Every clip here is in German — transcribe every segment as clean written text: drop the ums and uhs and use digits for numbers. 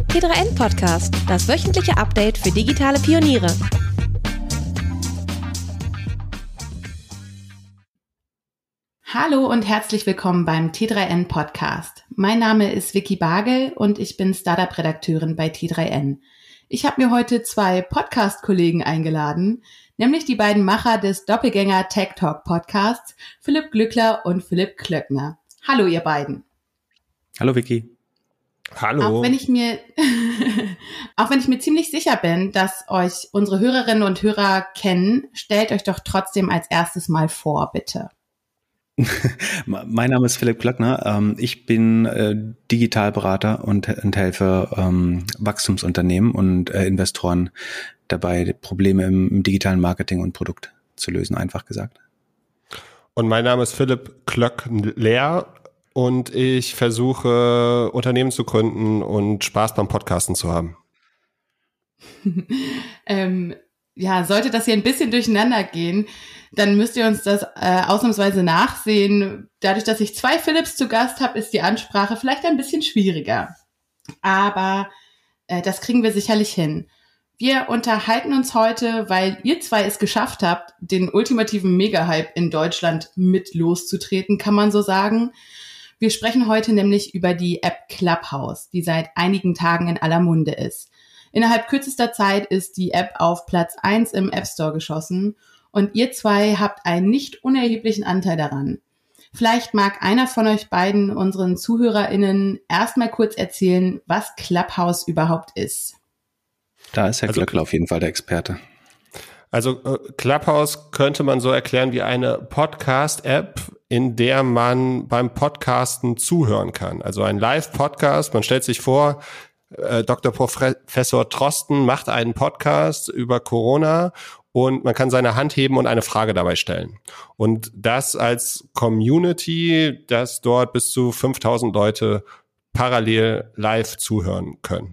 T3N Podcast, das wöchentliche Update für digitale Pioniere. Hallo und herzlich willkommen beim T3N Podcast. Mein Name ist Vicky Bagel und ich bin Startup-Redakteurin bei T3N. Ich habe mir heute 2 Podcast-Kollegen eingeladen, nämlich die beiden Macher des Doppelgänger Tech Talk Podcasts, Philipp Glückler und Philipp Klöckner. Hallo ihr beiden. Hallo Vicky. Hallo. Auch wenn ich mir ziemlich sicher bin, dass euch unsere Hörerinnen und Hörer kennen, stellt euch doch trotzdem als erstes mal vor, bitte. Mein Name ist Philipp Klöckner. Ich bin Digitalberater und helfe Wachstumsunternehmen und Investoren dabei, Probleme im digitalen Marketing und Produkt zu lösen, einfach gesagt. Und mein Name ist Philipp Klöckler und ich versuche, Unternehmen zu gründen und Spaß beim Podcasten zu haben. Sollte das hier ein bisschen durcheinander gehen, dann müsst ihr uns das ausnahmsweise nachsehen. Dadurch, dass ich 2 Philipps zu Gast habe, ist die Ansprache vielleicht ein bisschen schwieriger. Aber das kriegen wir sicherlich hin. Wir unterhalten uns heute, weil ihr 2 es geschafft habt, den ultimativen Mega-Hype in Deutschland mit loszutreten, kann man so sagen. Wir sprechen heute nämlich über die App Clubhouse, die seit einigen Tagen in aller Munde ist. Innerhalb kürzester Zeit ist die App auf Platz 1 im App Store geschossen und ihr 2 habt einen nicht unerheblichen Anteil daran. Vielleicht mag einer von euch beiden unseren ZuhörerInnen erstmal kurz erzählen, was Clubhouse überhaupt ist. Da ist Herr Glöckler auf jeden Fall der Experte. Also Clubhouse könnte man so erklären wie eine Podcast-App, in der man beim Podcasten zuhören kann. Also ein Live-Podcast, man stellt sich vor, Dr. Professor Drosten macht einen Podcast über Corona und man kann seine Hand heben und eine Frage dabei stellen. Und das als Community, dass dort bis zu 5000 Leute parallel live zuhören können.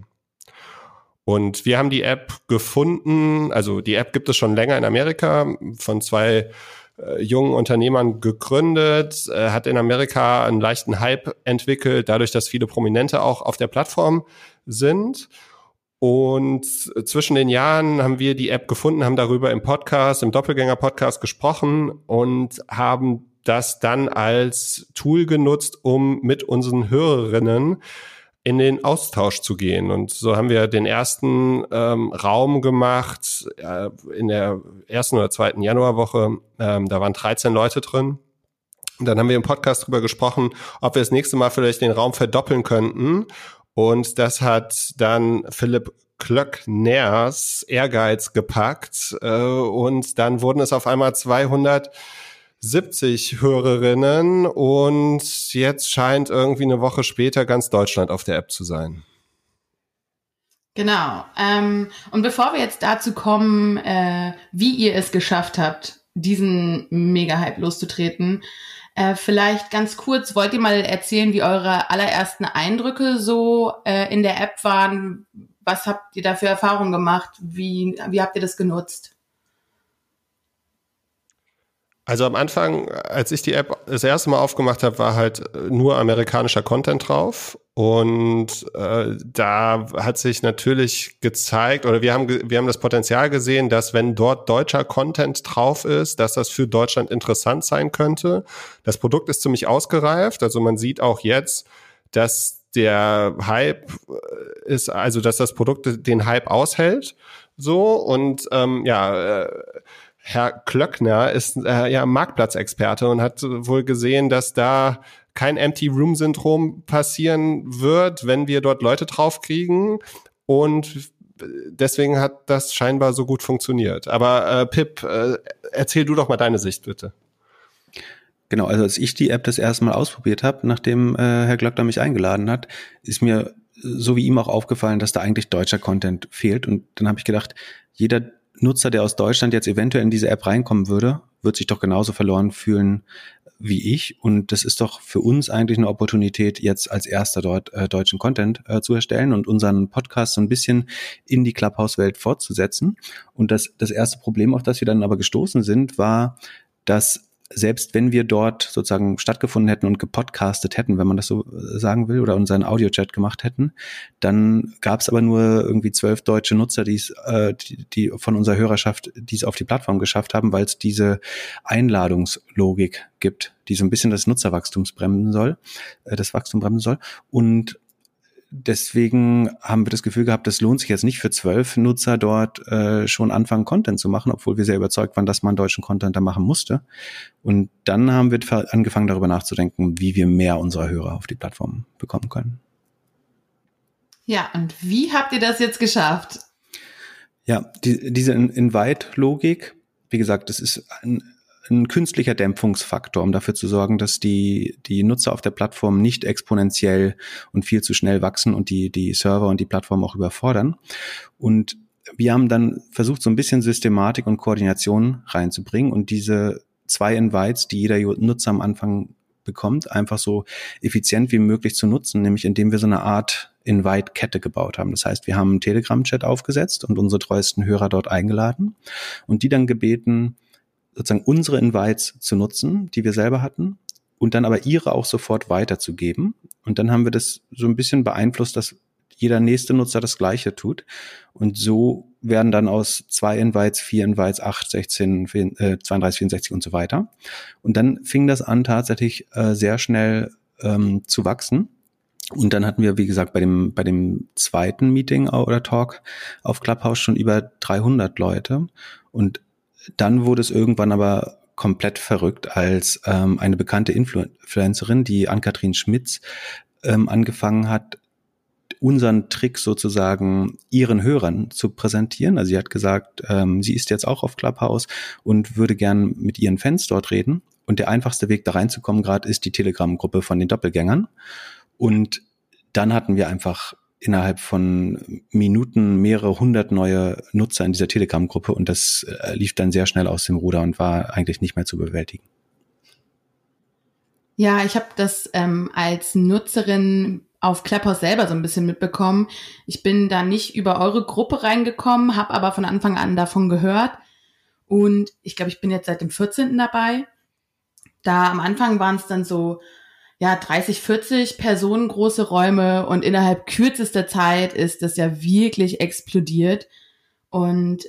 Und wir haben die App gefunden, also die App gibt es schon länger in Amerika, von 2 jungen Unternehmern gegründet, hat in Amerika einen leichten Hype entwickelt, dadurch, dass viele Prominente auch auf der Plattform sind. Und zwischen den Jahren haben wir die App gefunden, haben darüber im Doppelgänger-Podcast gesprochen und haben das dann als Tool genutzt, um mit unseren Hörerinnen in den Austausch zu gehen. Und so haben wir den ersten Raum gemacht in der 1. oder 2. Januarwoche. Da waren 13 Leute drin. Und dann haben wir im Podcast drüber gesprochen, ob wir das nächste Mal vielleicht den Raum verdoppeln könnten. Und das hat dann Philipp Klöckners Ehrgeiz gepackt. Und dann wurden es auf einmal 270 Hörerinnen und jetzt scheint irgendwie eine Woche später ganz Deutschland auf der App zu sein. Genau. Und bevor wir jetzt dazu kommen, wie ihr es geschafft habt, diesen Mega-Hype loszutreten, vielleicht ganz kurz, wollt ihr mal erzählen, wie eure allerersten Eindrücke so in der App waren? Was habt ihr da für Erfahrungen gemacht? Wie habt ihr das genutzt? Also am Anfang, als ich die App das erste Mal aufgemacht habe, war halt nur amerikanischer Content drauf und da hat sich natürlich gezeigt, oder wir haben das Potenzial gesehen, dass wenn dort deutscher Content drauf ist, dass das für Deutschland interessant sein könnte. Das Produkt ist ziemlich ausgereift, also man sieht auch jetzt, dass der Hype ist, also dass das Produkt den Hype aushält, so und Herr Klöckner ist Marktplatzexperte und hat wohl gesehen, dass da kein Empty-Room-Syndrom passieren wird, wenn wir dort Leute draufkriegen. Und deswegen hat das scheinbar so gut funktioniert. Aber Pip, erzähl du doch mal deine Sicht, bitte. Genau, also als ich die App das erste Mal ausprobiert habe, nachdem Herr Glöckner mich eingeladen hat, ist mir so wie ihm auch aufgefallen, dass da eigentlich deutscher Content fehlt. Und dann habe ich gedacht, jeder Nutzer, der aus Deutschland jetzt eventuell in diese App reinkommen würde, wird sich doch genauso verloren fühlen wie ich. Und das ist doch für uns eigentlich eine Opportunität, jetzt als erster dort deutschen Content zu erstellen und unseren Podcast so ein bisschen in die Clubhouse-Welt fortzusetzen. Und das erste Problem, auf das wir dann aber gestoßen sind, war, dass selbst wenn wir dort sozusagen stattgefunden hätten und gepodcastet hätten, wenn man das so sagen will, oder unseren Audio-Chat gemacht hätten, dann gab es aber nur irgendwie 12 deutsche Nutzer, die von unserer Hörerschaft, die es auf die Plattform geschafft haben, weil es diese Einladungslogik gibt, die so ein bisschen das Nutzerwachstum bremsen soll, und deswegen haben wir das Gefühl gehabt, das lohnt sich jetzt nicht für 12 Nutzer dort schon anfangen, Content zu machen, obwohl wir sehr überzeugt waren, dass man deutschen Content da machen musste. Und dann haben wir angefangen, darüber nachzudenken, wie wir mehr unserer Hörer auf die Plattform bekommen können. Ja, und wie habt ihr das jetzt geschafft? Ja, diese Invite-Logik, wie gesagt, das ist ein künstlicher Dämpfungsfaktor, um dafür zu sorgen, dass die Nutzer auf der Plattform nicht exponentiell und viel zu schnell wachsen und die Server und die Plattform auch überfordern. Und wir haben dann versucht, so ein bisschen Systematik und Koordination reinzubringen und diese 2 Invites, die jeder Nutzer am Anfang bekommt, einfach so effizient wie möglich zu nutzen, nämlich indem wir so eine Art Invite-Kette gebaut haben. Das heißt, wir haben einen Telegram-Chat aufgesetzt und unsere treuesten Hörer dort eingeladen und die dann gebeten, sozusagen unsere Invites zu nutzen, die wir selber hatten, und dann aber ihre auch sofort weiterzugeben. Und dann haben wir das so ein bisschen beeinflusst, dass jeder nächste Nutzer das Gleiche tut. Und so werden dann aus 2 Invites 4 Invites, 8, 16, 32, 64 und so weiter. Und dann fing das an, tatsächlich sehr schnell zu wachsen. Und dann hatten wir, wie gesagt, bei dem zweiten Meeting oder Talk auf Clubhouse schon über 300 Leute. Und dann wurde es irgendwann aber komplett verrückt, als eine bekannte Influencerin, die Ann-Kathrin Schmitz, angefangen hat, unseren Trick sozusagen ihren Hörern zu präsentieren. Also sie hat gesagt, sie ist jetzt auch auf Clubhouse und würde gern mit ihren Fans dort reden. Und der einfachste Weg, da reinzukommen gerade, ist die Telegram-Gruppe von den Doppelgängern. Und dann hatten wir einfach innerhalb von Minuten mehrere hundert neue Nutzer in dieser Telegram-Gruppe und das lief dann sehr schnell aus dem Ruder und war eigentlich nicht mehr zu bewältigen. Ja, ich habe das als Nutzerin auf Clubhouse selber so ein bisschen mitbekommen. Ich bin da nicht über eure Gruppe reingekommen, habe aber von Anfang an davon gehört und ich glaube, ich bin jetzt seit dem 14. dabei. Da am Anfang waren es dann so 30, 40 Personen große Räume und innerhalb kürzester Zeit ist das ja wirklich explodiert. Und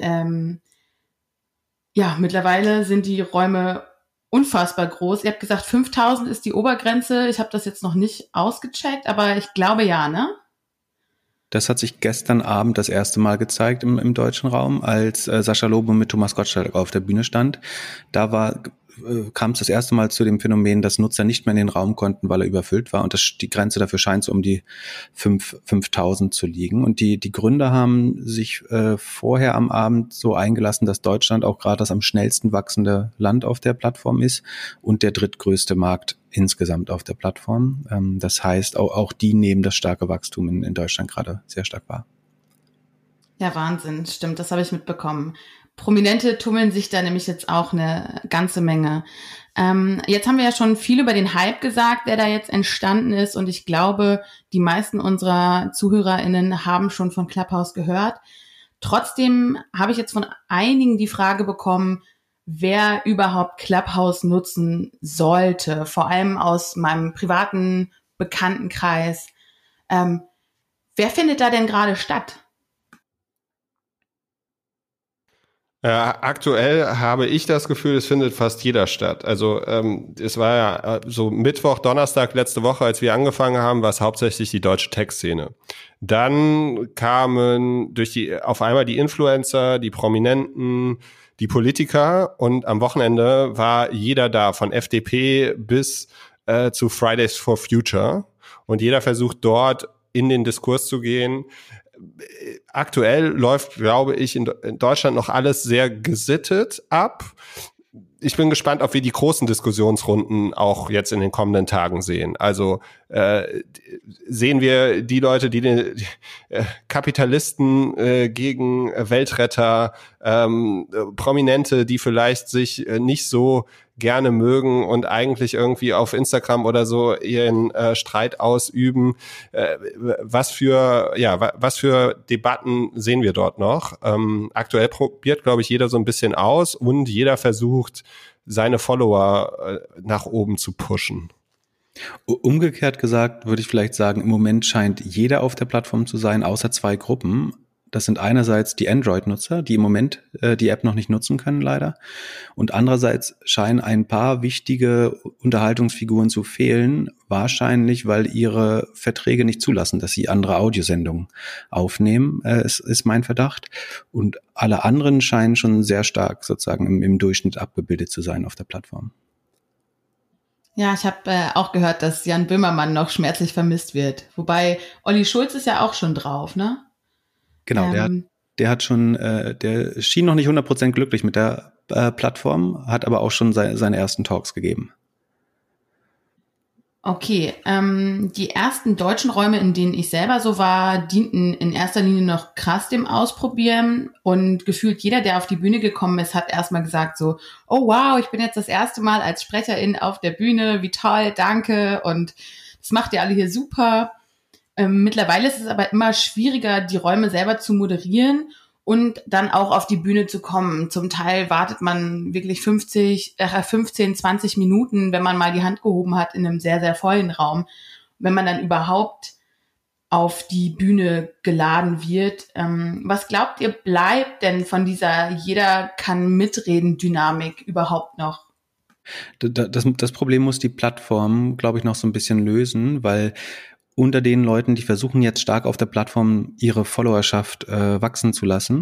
mittlerweile sind die Räume unfassbar groß. Ihr habt gesagt, 5.000 ist die Obergrenze. Ich habe das jetzt noch nicht ausgecheckt, aber ich glaube ja, ne? Das hat sich gestern Abend das erste Mal gezeigt im deutschen Raum, als Sascha Lobo mit Thomas Gottschalk auf der Bühne stand. Da kam es das erste Mal zu dem Phänomen, dass Nutzer nicht mehr in den Raum konnten, weil er überfüllt war. Und die Grenze dafür scheint so um die 5.000 zu liegen. Und die Gründer haben sich vorher am Abend so eingelassen, dass Deutschland auch gerade das am schnellsten wachsende Land auf der Plattform ist und der drittgrößte Markt insgesamt auf der Plattform. Das heißt, auch die nehmen das starke Wachstum in Deutschland gerade sehr stark wahr. Ja, Wahnsinn, stimmt, das habe ich mitbekommen. Prominente tummeln sich da nämlich jetzt auch eine ganze Menge. Jetzt haben wir ja schon viel über den Hype gesagt, der da jetzt entstanden ist und ich glaube, die meisten unserer ZuhörerInnen haben schon von Clubhouse gehört. Trotzdem habe ich jetzt von einigen die Frage bekommen, wer überhaupt Clubhouse nutzen sollte, vor allem aus meinem privaten Bekanntenkreis. Wer findet da denn gerade statt? Aktuell habe ich das Gefühl, es findet fast jeder statt. Also es war ja so Mittwoch, Donnerstag letzte Woche, als wir angefangen haben, war es hauptsächlich die deutsche Tech-Szene. Dann kamen auf einmal die Influencer, die Prominenten, die Politiker und am Wochenende war jeder da, von FDP bis zu Fridays for Future. Und jeder versucht dort in den Diskurs zu gehen. Aktuell läuft, glaube ich, in Deutschland noch alles sehr gesittet ab. Ich bin gespannt, ob wir die großen Diskussionsrunden auch jetzt in den kommenden Tagen sehen. Also sehen wir die Leute, die Kapitalisten gegen Weltretter, Prominente, die vielleicht sich nicht so gerne mögen und eigentlich irgendwie auf Instagram oder so ihren Streit ausüben. Was für Debatten sehen wir dort noch? Aktuell probiert, glaube ich, jeder so ein bisschen aus und jeder versucht, seine Follower nach oben zu pushen. Umgekehrt gesagt würde ich vielleicht sagen, im Moment scheint jeder auf der Plattform zu sein, außer 2 Gruppen. Das sind einerseits die Android-Nutzer, die im Moment die App noch nicht nutzen können, leider. Und andererseits scheinen ein paar wichtige Unterhaltungsfiguren zu fehlen, wahrscheinlich, weil ihre Verträge nicht zulassen, dass sie andere Audiosendungen aufnehmen, ist mein Verdacht. Und alle anderen scheinen schon sehr stark sozusagen im Durchschnitt abgebildet zu sein auf der Plattform. Ja, ich habe auch gehört, dass Jan Böhmermann noch schmerzlich vermisst wird. Wobei Olli Schulz ist ja auch schon drauf, ne? Genau, der hat schon, der schien noch nicht 100% glücklich mit der Plattform, hat aber auch schon seine ersten Talks gegeben. Okay, die ersten deutschen Räume, in denen ich selber so war, dienten in erster Linie noch krass dem Ausprobieren und gefühlt jeder, der auf die Bühne gekommen ist, hat erstmal gesagt so, oh wow, ich bin jetzt das erste Mal als Sprecherin auf der Bühne, wie toll, danke und das macht ihr alle hier super. Mittlerweile ist es aber immer schwieriger, die Räume selber zu moderieren und dann auch auf die Bühne zu kommen. Zum Teil wartet man wirklich 15, 20 Minuten, wenn man mal die Hand gehoben hat in einem sehr, sehr vollen Raum. Wenn man dann überhaupt auf die Bühne geladen wird. Was glaubt ihr, bleibt denn von dieser jeder kann mitreden Dynamik überhaupt noch? Das Problem muss die Plattform, glaube ich, noch so ein bisschen lösen, weil unter den Leuten, die versuchen jetzt stark auf der Plattform ihre Followerschaft wachsen zu lassen,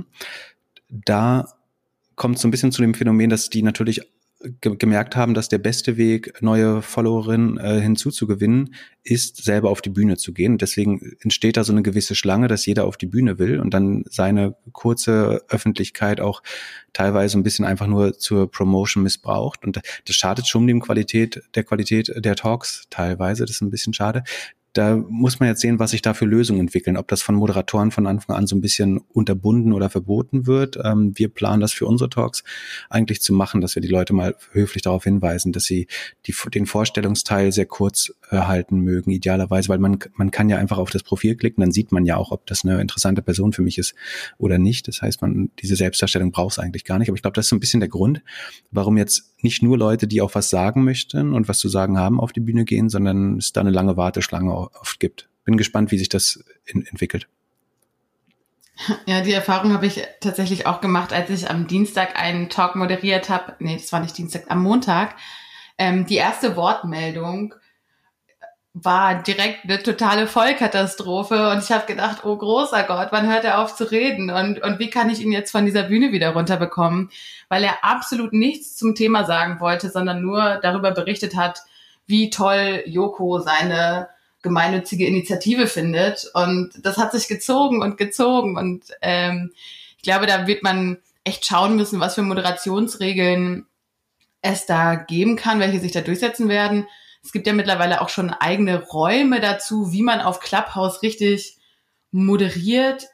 da kommt es so ein bisschen zu dem Phänomen, dass die natürlich gemerkt haben, dass der beste Weg, neue Followerinnen hinzuzugewinnen, ist, selber auf die Bühne zu gehen. Deswegen entsteht da so eine gewisse Schlange, dass jeder auf die Bühne will und dann seine kurze Öffentlichkeit auch teilweise ein bisschen einfach nur zur Promotion missbraucht. Und das schadet schon der Qualität der Talks teilweise. Das ist ein bisschen schade. Da muss man jetzt sehen, was sich da für Lösungen entwickeln, ob das von Moderatoren von Anfang an so ein bisschen unterbunden oder verboten wird. Wir planen das für unsere Talks eigentlich zu machen, dass wir die Leute mal höflich darauf hinweisen, dass sie den Vorstellungsteil sehr kurz halten mögen, idealerweise, weil man kann ja einfach auf das Profil klicken, dann sieht man ja auch, ob das eine interessante Person für mich ist oder nicht. Das heißt, diese Selbstdarstellung braucht es eigentlich gar nicht. Aber ich glaube, das ist so ein bisschen der Grund, warum jetzt nicht nur Leute, die auch was sagen möchten und was zu sagen haben, auf die Bühne gehen, sondern es da eine lange Warteschlange oft gibt. Bin gespannt, wie sich das entwickelt. Ja, die Erfahrung habe ich tatsächlich auch gemacht, als ich am Dienstag einen Talk moderiert habe. Nee, das war nicht Dienstag, am Montag. Die erste Wortmeldung war direkt eine totale Vollkatastrophe und ich habe gedacht, oh großer Gott, wann hört er auf zu reden und wie kann ich ihn jetzt von dieser Bühne wieder runterbekommen, weil er absolut nichts zum Thema sagen wollte, sondern nur darüber berichtet hat, wie toll Joko seine gemeinnützige Initiative findet und das hat sich gezogen und ich glaube, da wird man echt schauen müssen, was für Moderationsregeln es da geben kann, welche sich da durchsetzen werden. Es gibt ja mittlerweile auch schon eigene Räume dazu, wie man auf Clubhouse richtig moderiert.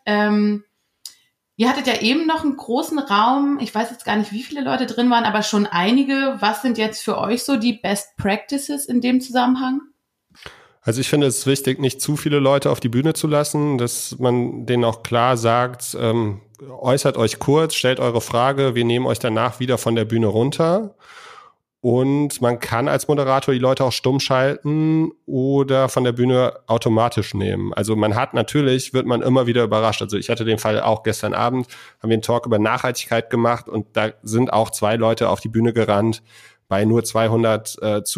Ihr hattet ja eben noch einen großen Raum. Ich weiß jetzt gar nicht, wie viele Leute drin waren, aber schon einige. Was sind jetzt für euch so die Best Practices in dem Zusammenhang? Also ich finde es wichtig, nicht zu viele Leute auf die Bühne zu lassen, dass man denen auch klar sagt, äußert euch kurz, stellt eure Frage, wir nehmen euch danach wieder von der Bühne runter. Und man kann als Moderator die Leute auch stumm schalten oder von der Bühne automatisch nehmen. Also wird man immer wieder überrascht. Also ich hatte den Fall auch gestern Abend, haben wir einen Talk über Nachhaltigkeit gemacht und da sind auch 2 Leute auf die Bühne gerannt bei nur 200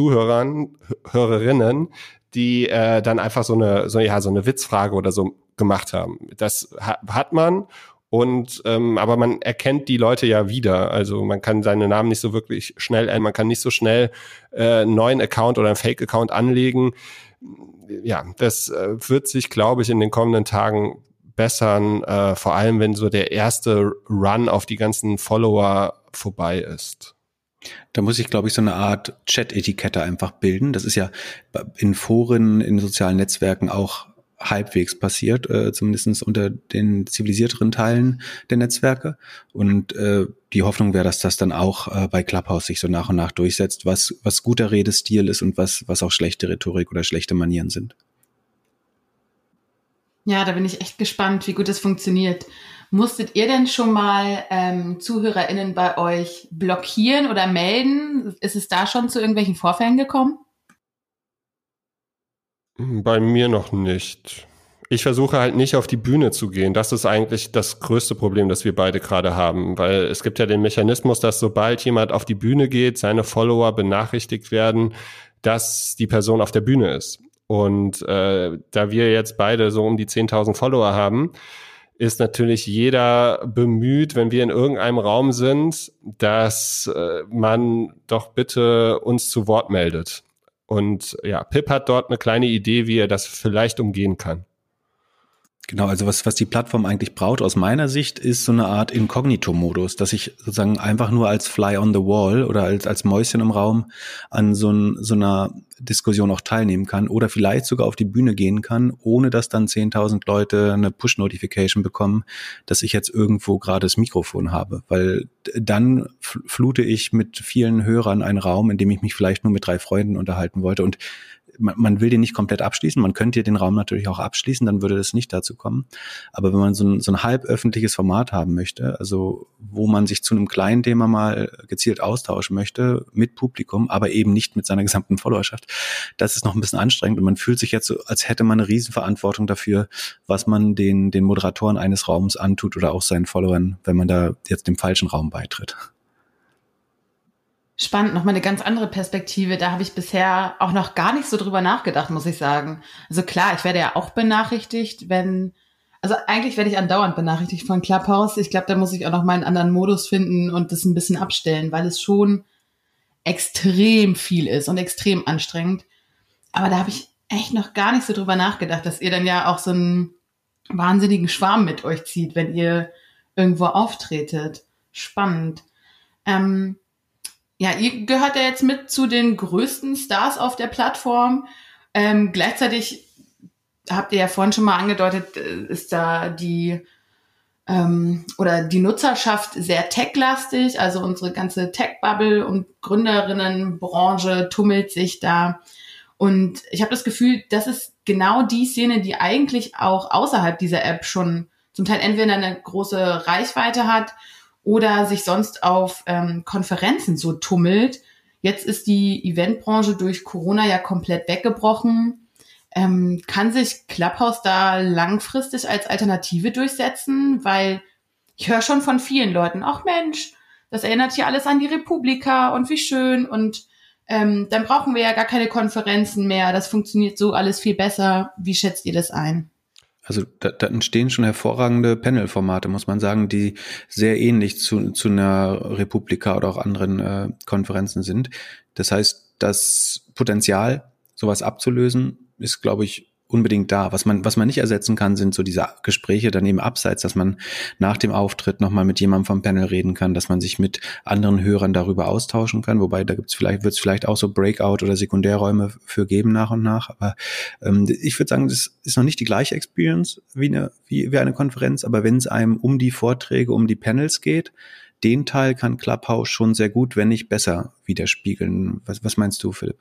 Hörerinnen, die dann einfach so eine Witzfrage oder so gemacht haben. Das hat man. Und aber man erkennt die Leute ja wieder. Also man kann seine Namen nicht so wirklich schnell ändern. Man kann nicht so schnell einen neuen Account oder einen Fake-Account anlegen. Ja, das wird sich, glaube ich, in den kommenden Tagen bessern. Vor allem, wenn so der erste Run auf die ganzen Follower vorbei ist. Da muss ich, glaube ich, so eine Art Chat-Etikette einfach bilden. Das ist ja in Foren, in sozialen Netzwerken auch halbwegs passiert, zumindest unter den zivilisierteren Teilen der Netzwerke. Und die Hoffnung wäre, dass das dann auch bei Clubhouse sich so nach und nach durchsetzt, was guter Redestil ist und was auch schlechte Rhetorik oder schlechte Manieren sind. Ja, da bin ich echt gespannt, wie gut es funktioniert. Musstet ihr denn schon mal ZuhörerInnen bei euch blockieren oder melden? Ist es da schon zu irgendwelchen Vorfällen gekommen? Bei mir noch nicht. Ich versuche halt nicht auf die Bühne zu gehen. Das ist eigentlich das größte Problem, das wir beide gerade haben. Weil es gibt ja den Mechanismus, dass sobald jemand auf die Bühne geht, seine Follower benachrichtigt werden, dass die Person auf der Bühne ist. Und da wir jetzt beide so um die 10.000 Follower haben, ist natürlich jeder bemüht, wenn wir in irgendeinem Raum sind, dass man doch bitte uns zu Wort meldet. Und ja, Pip hat dort eine kleine Idee, wie er das vielleicht umgehen kann. Genau, also was die Plattform eigentlich braucht aus meiner Sicht, ist so eine Art Inkognito-Modus, dass ich sozusagen einfach nur als Fly on the Wall oder als Mäuschen im Raum an so einer Diskussion auch teilnehmen kann oder vielleicht sogar auf die Bühne gehen kann, ohne dass dann 10.000 Leute eine Push-Notification bekommen, dass ich jetzt irgendwo gerade das Mikrofon habe, weil dann flute ich mit vielen Hörern einen Raum, in dem ich mich vielleicht nur mit 3 Freunden unterhalten wollte und man will den nicht komplett abschließen, man könnte den Raum natürlich auch abschließen, dann würde das nicht dazu kommen. Aber wenn man so ein halb öffentliches Format haben möchte, also wo man sich zu einem kleinen Thema mal gezielt austauschen möchte mit Publikum, aber eben nicht mit seiner gesamten Followerschaft, das ist noch ein bisschen anstrengend und man fühlt sich jetzt so, als hätte man eine Riesenverantwortung dafür, was man den Moderatoren eines Raums antut oder auch seinen Followern, wenn man da jetzt dem falschen Raum beitritt. Spannend, nochmal eine ganz andere Perspektive. Da habe ich bisher auch noch gar nicht so drüber nachgedacht, muss ich sagen. Also klar, ich werde ja auch benachrichtigt, also eigentlich werde ich andauernd benachrichtigt von Clubhouse. Ich glaube, da muss ich auch noch mal einen anderen Modus finden und das ein bisschen abstellen, weil es schon extrem viel ist und extrem anstrengend. Aber da habe ich echt noch gar nicht so drüber nachgedacht, dass ihr dann ja auch so einen wahnsinnigen Schwarm mit euch zieht, wenn ihr irgendwo auftretet. Spannend. Ja, ihr gehört ja jetzt mit zu den größten Stars auf der Plattform. Gleichzeitig habt ihr ja vorhin schon mal angedeutet, ist da die Nutzerschaft sehr tech-lastig. Also unsere ganze Tech-Bubble und Gründerinnenbranche tummelt sich da. Und ich habe das Gefühl, das ist genau die Szene, die eigentlich auch außerhalb dieser App schon zum Teil entweder eine große Reichweite hat oder sich sonst auf Konferenzen so tummelt. Jetzt ist die Eventbranche durch Corona ja komplett weggebrochen. Kann sich Clubhouse da langfristig als Alternative durchsetzen? Weil ich höre schon von vielen Leuten, ach Mensch, das erinnert hier alles an die Republika und wie schön. Und dann brauchen wir ja gar keine Konferenzen mehr. Das funktioniert so alles viel besser. Wie schätzt ihr das ein? Also da entstehen schon hervorragende Panel-Formate, muss man sagen, die sehr ähnlich zu einer Republika oder auch anderen Konferenzen sind. Das heißt, das Potenzial, sowas abzulösen, ist, glaube ich, unbedingt da. Was man nicht ersetzen kann, sind so diese Gespräche daneben abseits, dass man nach dem Auftritt nochmal mit jemandem vom Panel reden kann, dass man sich mit anderen Hörern darüber austauschen kann, wobei da wird es vielleicht auch so Breakout- oder Sekundärräume für geben nach und nach, aber ich würde sagen, das ist noch nicht die gleiche Experience wie eine Konferenz, aber wenn es einem um die Vorträge, um die Panels geht, den Teil kann Clubhouse schon sehr gut, wenn nicht besser widerspiegeln. Was meinst du, Philipp?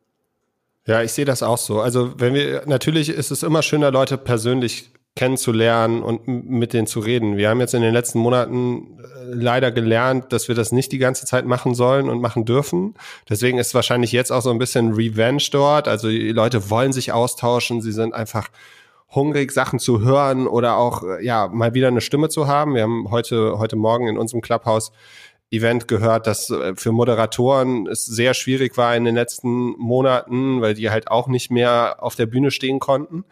Ja, ich sehe das auch so. Also natürlich ist es immer schöner, Leute persönlich kennenzulernen und mit denen zu reden. Wir haben jetzt in den letzten Monaten leider gelernt, dass wir das nicht die ganze Zeit machen sollen und machen dürfen. Deswegen ist wahrscheinlich jetzt auch so ein bisschen Revenge dort. Also die Leute wollen sich austauschen, sie sind einfach hungrig, Sachen zu hören oder auch ja mal wieder eine Stimme zu haben. Wir haben heute Morgen in unserem Clubhouse-Event gehört, dass für Moderatoren es sehr schwierig war in den letzten Monaten, weil die halt auch nicht mehr auf der Bühne stehen konnten.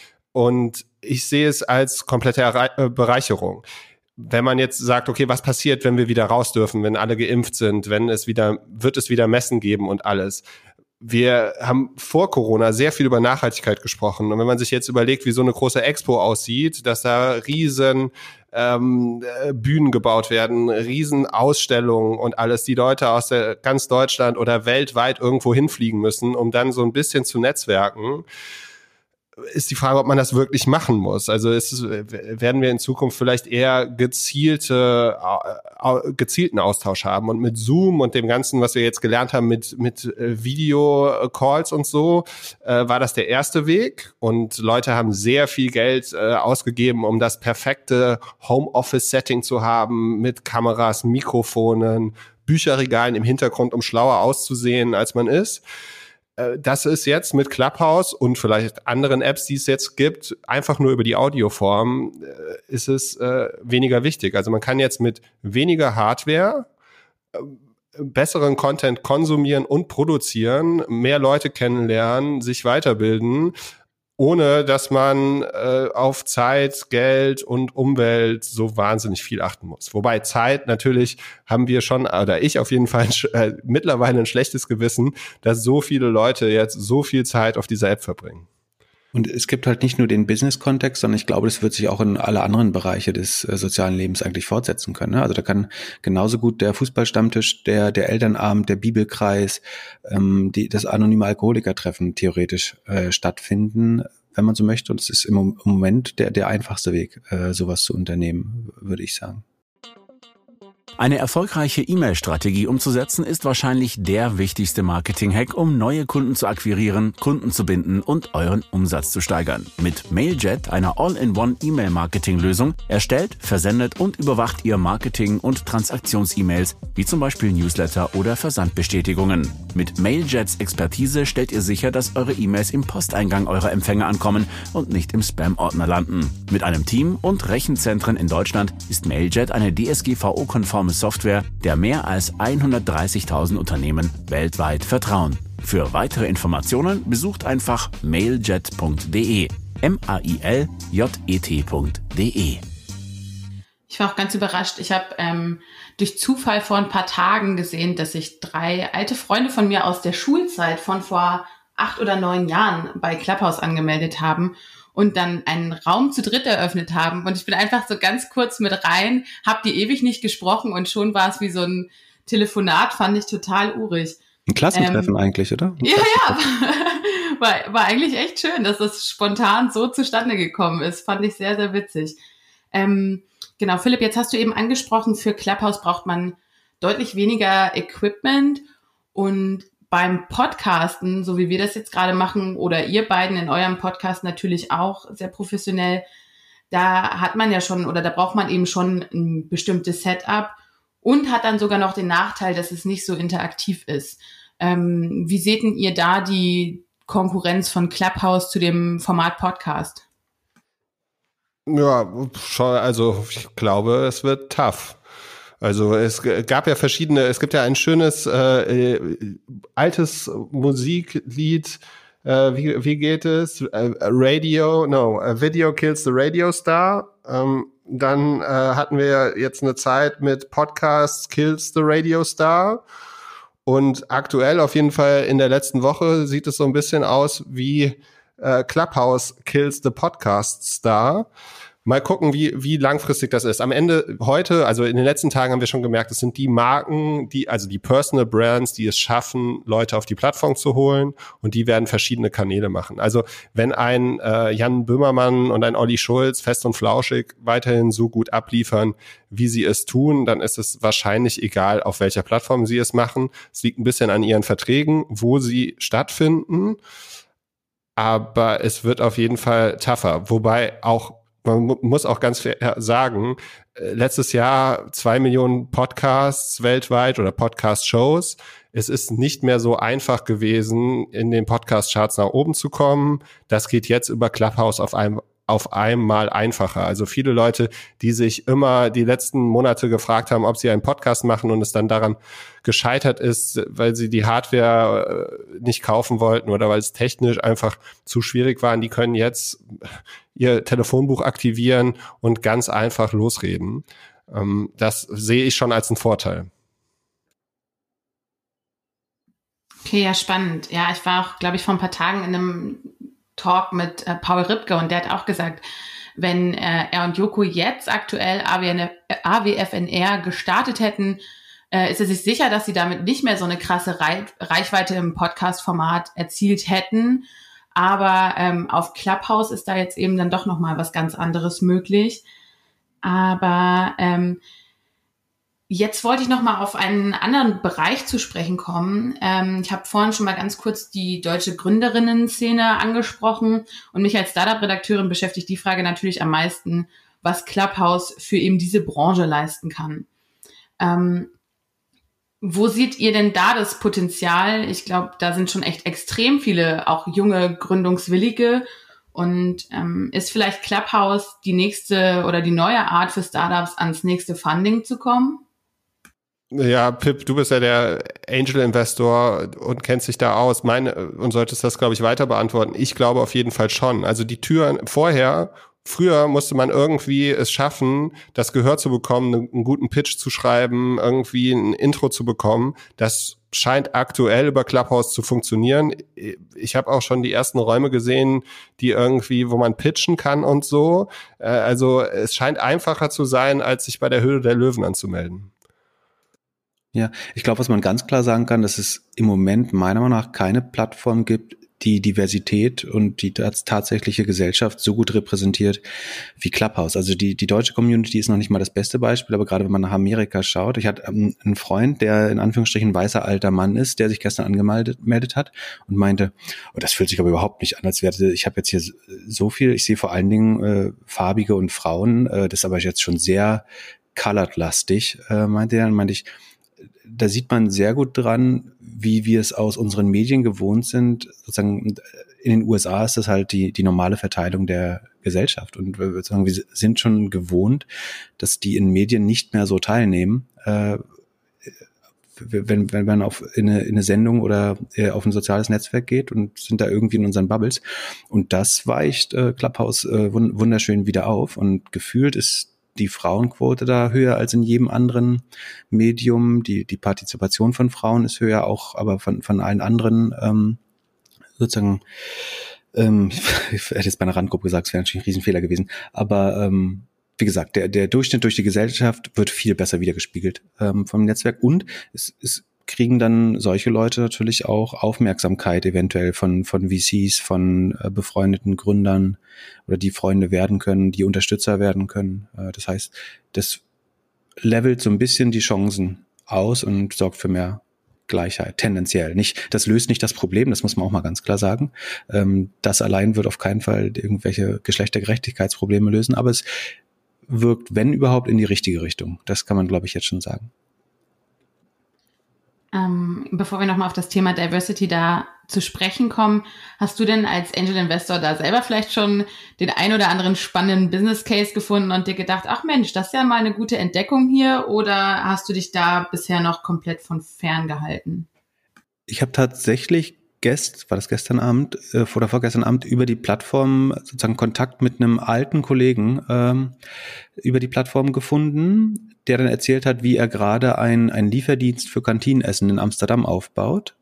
Und ich sehe es als komplette Bereicherung. Wenn man jetzt sagt, okay, was passiert, wenn wir wieder raus dürfen, wenn alle geimpft sind, wird es wieder Messen geben und alles. Wir haben vor Corona sehr viel über Nachhaltigkeit gesprochen. Und wenn man sich jetzt überlegt, wie so eine große Expo aussieht, dass da riesen Bühnen gebaut werden, riesen Ausstellungen und alles, die Leute aus ganz Deutschland oder weltweit irgendwo hinfliegen müssen, um dann so ein bisschen zu netzwerken. ist die Frage, ob man das wirklich machen muss. Also werden wir in Zukunft vielleicht eher gezielten Austausch haben, und mit Zoom und dem Ganzen, was wir jetzt gelernt haben mit Video-Calls und so, war das der erste Weg, und Leute haben sehr viel Geld ausgegeben, um das perfekte Homeoffice-Setting zu haben, mit Kameras, Mikrofonen, Bücherregalen im Hintergrund, um schlauer auszusehen, als man ist. Das ist jetzt mit Clubhouse und vielleicht anderen Apps, die es jetzt gibt, einfach nur über die Audioform, ist es weniger wichtig. Also man kann jetzt mit weniger Hardware besseren Content konsumieren und produzieren, mehr Leute kennenlernen, sich weiterbilden, ohne dass man auf Zeit, Geld und Umwelt so wahnsinnig viel achten muss. Wobei Zeit natürlich haben wir schon, oder ich auf jeden Fall mittlerweile ein schlechtes Gewissen, dass so viele Leute jetzt so viel Zeit auf dieser App verbringen. Und es gibt halt nicht nur den Business-Kontext, sondern ich glaube, das wird sich auch in alle anderen Bereiche des sozialen Lebens eigentlich fortsetzen können. Ne? Also da kann genauso gut der Fußballstammtisch, der Elternabend, der Bibelkreis, das anonyme Alkoholikertreffen theoretisch stattfinden, wenn man so möchte. Und es ist im Moment der einfachste Weg, sowas zu unternehmen, würde ich sagen. Eine erfolgreiche E-Mail-Strategie umzusetzen ist wahrscheinlich der wichtigste Marketing-Hack, um neue Kunden zu akquirieren, Kunden zu binden und euren Umsatz zu steigern. Mit Mailjet, einer All-in-One-E-Mail-Marketing-Lösung, erstellt, versendet und überwacht ihr Marketing- und Transaktions-E-Mails, wie zum Beispiel Newsletter oder Versandbestätigungen. Mit Mailjets Expertise stellt ihr sicher, dass eure E-Mails im Posteingang eurer Empfänger ankommen und nicht im Spam-Ordner landen. Mit einem Team und Rechenzentren in Deutschland ist Mailjet eine DSGVO-konforme Software, der mehr als 130.000 Unternehmen weltweit vertrauen. Für weitere Informationen besucht einfach mailjet.de. mailjet.de. Ich war auch ganz überrascht. Ich habe durch Zufall vor ein paar Tagen gesehen, dass sich 3 alte Freunde von mir aus der Schulzeit von vor 8 oder 9 Jahren bei Clubhouse angemeldet haben und dann einen Raum zu dritt eröffnet haben. Und ich bin einfach so ganz kurz mit rein, hab die ewig nicht gesprochen und schon war es wie so ein Telefonat, fand ich total urig. Ein Klassentreffen eigentlich, oder? Ja. War eigentlich echt schön, dass das spontan so zustande gekommen ist. Fand ich sehr, sehr witzig. Genau, Philipp, jetzt hast du eben angesprochen, für Clubhouse braucht man deutlich weniger Equipment, und beim Podcasten, so wie wir das jetzt gerade machen, oder ihr beiden in eurem Podcast natürlich auch sehr professionell, da hat man ja schon, oder da braucht man eben schon ein bestimmtes Setup und hat dann sogar noch den Nachteil, dass es nicht so interaktiv ist. Wie seht denn ihr da die Konkurrenz von Clubhouse zu dem Format Podcast? Ja, schon, also ich glaube, es wird tough. Also es gab ja verschiedene, es gibt ja ein schönes altes Musiklied, wie geht es? Video kills the radio star. Dann hatten wir jetzt eine Zeit mit Podcasts kills the radio star. Und aktuell auf jeden Fall in der letzten Woche sieht es so ein bisschen aus wie Clubhouse kills the podcast star. Mal gucken, wie langfristig das ist. Am Ende heute, also in den letzten Tagen haben wir schon gemerkt, es sind die Marken, also die Personal Brands, die es schaffen, Leute auf die Plattform zu holen, und die werden verschiedene Kanäle machen. Also wenn ein Jan Böhmermann und ein Olli Schulz fest und flauschig weiterhin so gut abliefern, wie sie es tun, dann ist es wahrscheinlich egal, auf welcher Plattform sie es machen. Es liegt ein bisschen an ihren Verträgen, wo sie stattfinden, aber es wird auf jeden Fall tougher. Wobei auch man muss auch ganz fair sagen, letztes Jahr 2 Millionen Podcasts weltweit oder Podcast-Shows. Es ist nicht mehr so einfach gewesen, in den Podcast-Charts nach oben zu kommen. Das geht jetzt über Clubhouse auf einmal einfacher. Also viele Leute, die sich immer die letzten Monate gefragt haben, ob sie einen Podcast machen und es dann daran gescheitert ist, weil sie die Hardware nicht kaufen wollten oder weil es technisch einfach zu schwierig war, die können jetzt ihr Telefonbuch aktivieren und ganz einfach losreden. Das sehe ich schon als einen Vorteil. Okay, ja, spannend. Ja, ich war auch, glaube ich, vor ein paar Tagen in einem Talk mit Paul Ripke, und der hat auch gesagt, wenn er und Joko jetzt aktuell AWFNR gestartet hätten, ist er sich sicher, dass sie damit nicht mehr so eine krasse Reichweite im Podcast-Format erzielt hätten. Aber auf Clubhouse ist da jetzt eben dann doch nochmal was ganz anderes möglich. Aber jetzt wollte ich nochmal auf einen anderen Bereich zu sprechen kommen. Ich habe vorhin schon mal ganz kurz die deutsche Gründerinnen-Szene angesprochen und mich als Startup-Redakteurin beschäftigt die Frage natürlich am meisten, was Clubhouse für eben diese Branche leisten kann. Wo seht ihr denn da das Potenzial? Ich glaube, da sind schon echt extrem viele, auch junge Gründungswillige. Und ist vielleicht Clubhouse die nächste oder die neue Art für Startups, ans nächste Funding zu kommen? Ja, Pip, du bist ja der Angel-Investor und kennst dich da aus. Und solltest das, glaube ich, weiter beantworten. Ich glaube auf jeden Fall schon. Also die Türen früher musste man irgendwie es schaffen, das Gehör zu bekommen, einen guten Pitch zu schreiben, irgendwie ein Intro zu bekommen. Das scheint aktuell über Clubhouse zu funktionieren. Ich habe auch schon die ersten Räume gesehen, wo man pitchen kann und so. Also es scheint einfacher zu sein, als sich bei der Höhle der Löwen anzumelden. Ja, ich glaube, was man ganz klar sagen kann, dass es im Moment meiner Meinung nach keine Plattform gibt, die Diversität und die tatsächliche Gesellschaft so gut repräsentiert wie Clubhouse. Also die deutsche Community ist noch nicht mal das beste Beispiel, aber gerade wenn man nach Amerika schaut, ich hatte einen Freund, der in Anführungsstrichen ein weißer alter Mann ist, der sich gestern angemeldet hat und meinte, oh, das fühlt sich aber überhaupt nicht an, als wäre ich habe jetzt hier so viel, ich sehe vor allen Dingen Farbige und Frauen, das ist aber jetzt schon sehr colored-lastig, meinte er. Dann meinte ich, da sieht man sehr gut dran, wie wir es aus unseren Medien gewohnt sind. Sozusagen in den USA ist das halt die normale Verteilung der Gesellschaft. Und wir sind schon gewohnt, dass die in Medien nicht mehr so teilnehmen. Wenn man in eine Sendung oder auf ein soziales Netzwerk geht und sind da irgendwie in unseren Bubbles. Und das weicht Clubhouse wunderschön wieder auf. Und gefühlt ist die Frauenquote da höher als in jedem anderen Medium. Die Partizipation von Frauen ist höher, auch aber von allen anderen sozusagen, ich hätte jetzt bei einer Randgruppe gesagt, es wäre natürlich ein Riesenfehler gewesen, aber wie gesagt, der Durchschnitt durch die Gesellschaft wird viel besser wiedergespiegelt vom Netzwerk und es kriegen dann solche Leute natürlich auch Aufmerksamkeit eventuell von VCs, von befreundeten Gründern oder die Freunde werden können, die Unterstützer werden können. Das heißt, das levelt so ein bisschen die Chancen aus und sorgt für mehr Gleichheit, tendenziell. Das löst nicht das Problem, das muss man auch mal ganz klar sagen. Das allein wird auf keinen Fall irgendwelche Geschlechtergerechtigkeitsprobleme lösen, aber es wirkt, wenn überhaupt, in die richtige Richtung. Das kann man, glaube ich, jetzt schon sagen. Bevor wir nochmal auf das Thema Diversity da zu sprechen kommen, hast du denn als Angel Investor da selber vielleicht schon den ein oder anderen spannenden Business Case gefunden und dir gedacht, ach Mensch, das ist ja mal eine gute Entdeckung hier, oder hast du dich da bisher noch komplett von fern gehalten? Ich habe tatsächlich war das gestern Abend oder vorgestern Abend über die Plattform sozusagen Kontakt mit einem alten Kollegen über die Plattform gefunden, der dann erzählt hat, wie er gerade einen Lieferdienst für Kantinenessen in Amsterdam aufbaut.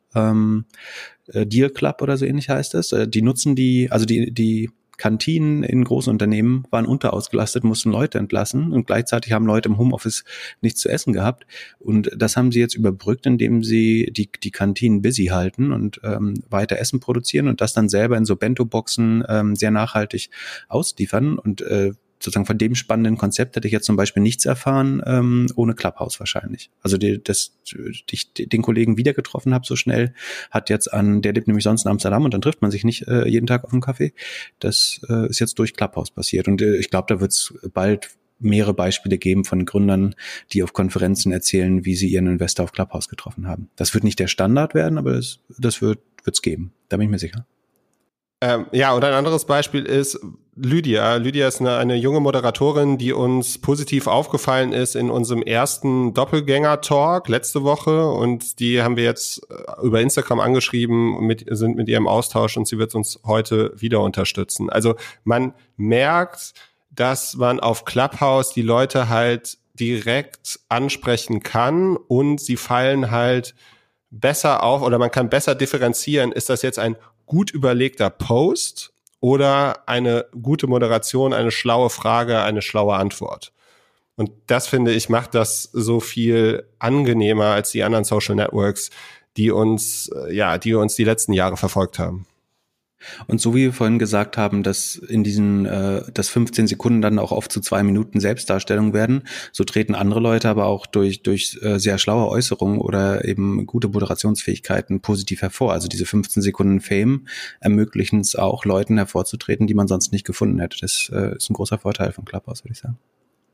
Deal Club oder so ähnlich heißt es. Die nutzen die Kantinen in großen Unternehmen waren unterausgelastet, mussten Leute entlassen und gleichzeitig haben Leute im Homeoffice nichts zu essen gehabt. Und das haben sie jetzt überbrückt, indem sie die Kantinen busy halten und weiter Essen produzieren und das dann selber in so Bento-Boxen sehr nachhaltig ausliefern. Und sozusagen von dem spannenden Konzept hätte ich jetzt zum Beispiel nichts erfahren, ohne Clubhouse wahrscheinlich. Also ich den Kollegen wieder getroffen habe so schnell, der lebt nämlich sonst in Amsterdam und dann trifft man sich nicht jeden Tag auf einem Café. Das ist jetzt durch Clubhouse passiert und ich glaube, da wird es bald mehrere Beispiele geben von Gründern, die auf Konferenzen erzählen, wie sie ihren Investor auf Clubhouse getroffen haben. Das wird nicht der Standard werden, aber das wird's geben. Da bin ich mir sicher. Ja, und ein anderes Beispiel ist Lydia. Lydia ist eine junge Moderatorin, die uns positiv aufgefallen ist in unserem ersten Doppelgänger-Talk letzte Woche. Und die haben wir jetzt über Instagram angeschrieben, sind mit ihr im Austausch und sie wird uns heute wieder unterstützen. Also man merkt, dass man auf Clubhouse die Leute halt direkt ansprechen kann und sie fallen halt besser auf oder man kann besser differenzieren, ist das jetzt ein gut überlegter Post oder eine gute Moderation, eine schlaue Frage, eine schlaue Antwort. Und das, finde ich, macht das so viel angenehmer als die anderen Social Networks, die uns die letzten Jahre verfolgt haben. Und so wie wir vorhin gesagt haben, dass in diesen, dass 15 Sekunden dann auch oft zu 2 Minuten Selbstdarstellung werden, so treten andere Leute aber auch durch sehr schlaue Äußerungen oder eben gute Moderationsfähigkeiten positiv hervor. Also diese 15 Sekunden Fame ermöglichen es auch, Leuten hervorzutreten, die man sonst nicht gefunden hätte. Das ist ein großer Vorteil von Clubhouse, würde ich sagen.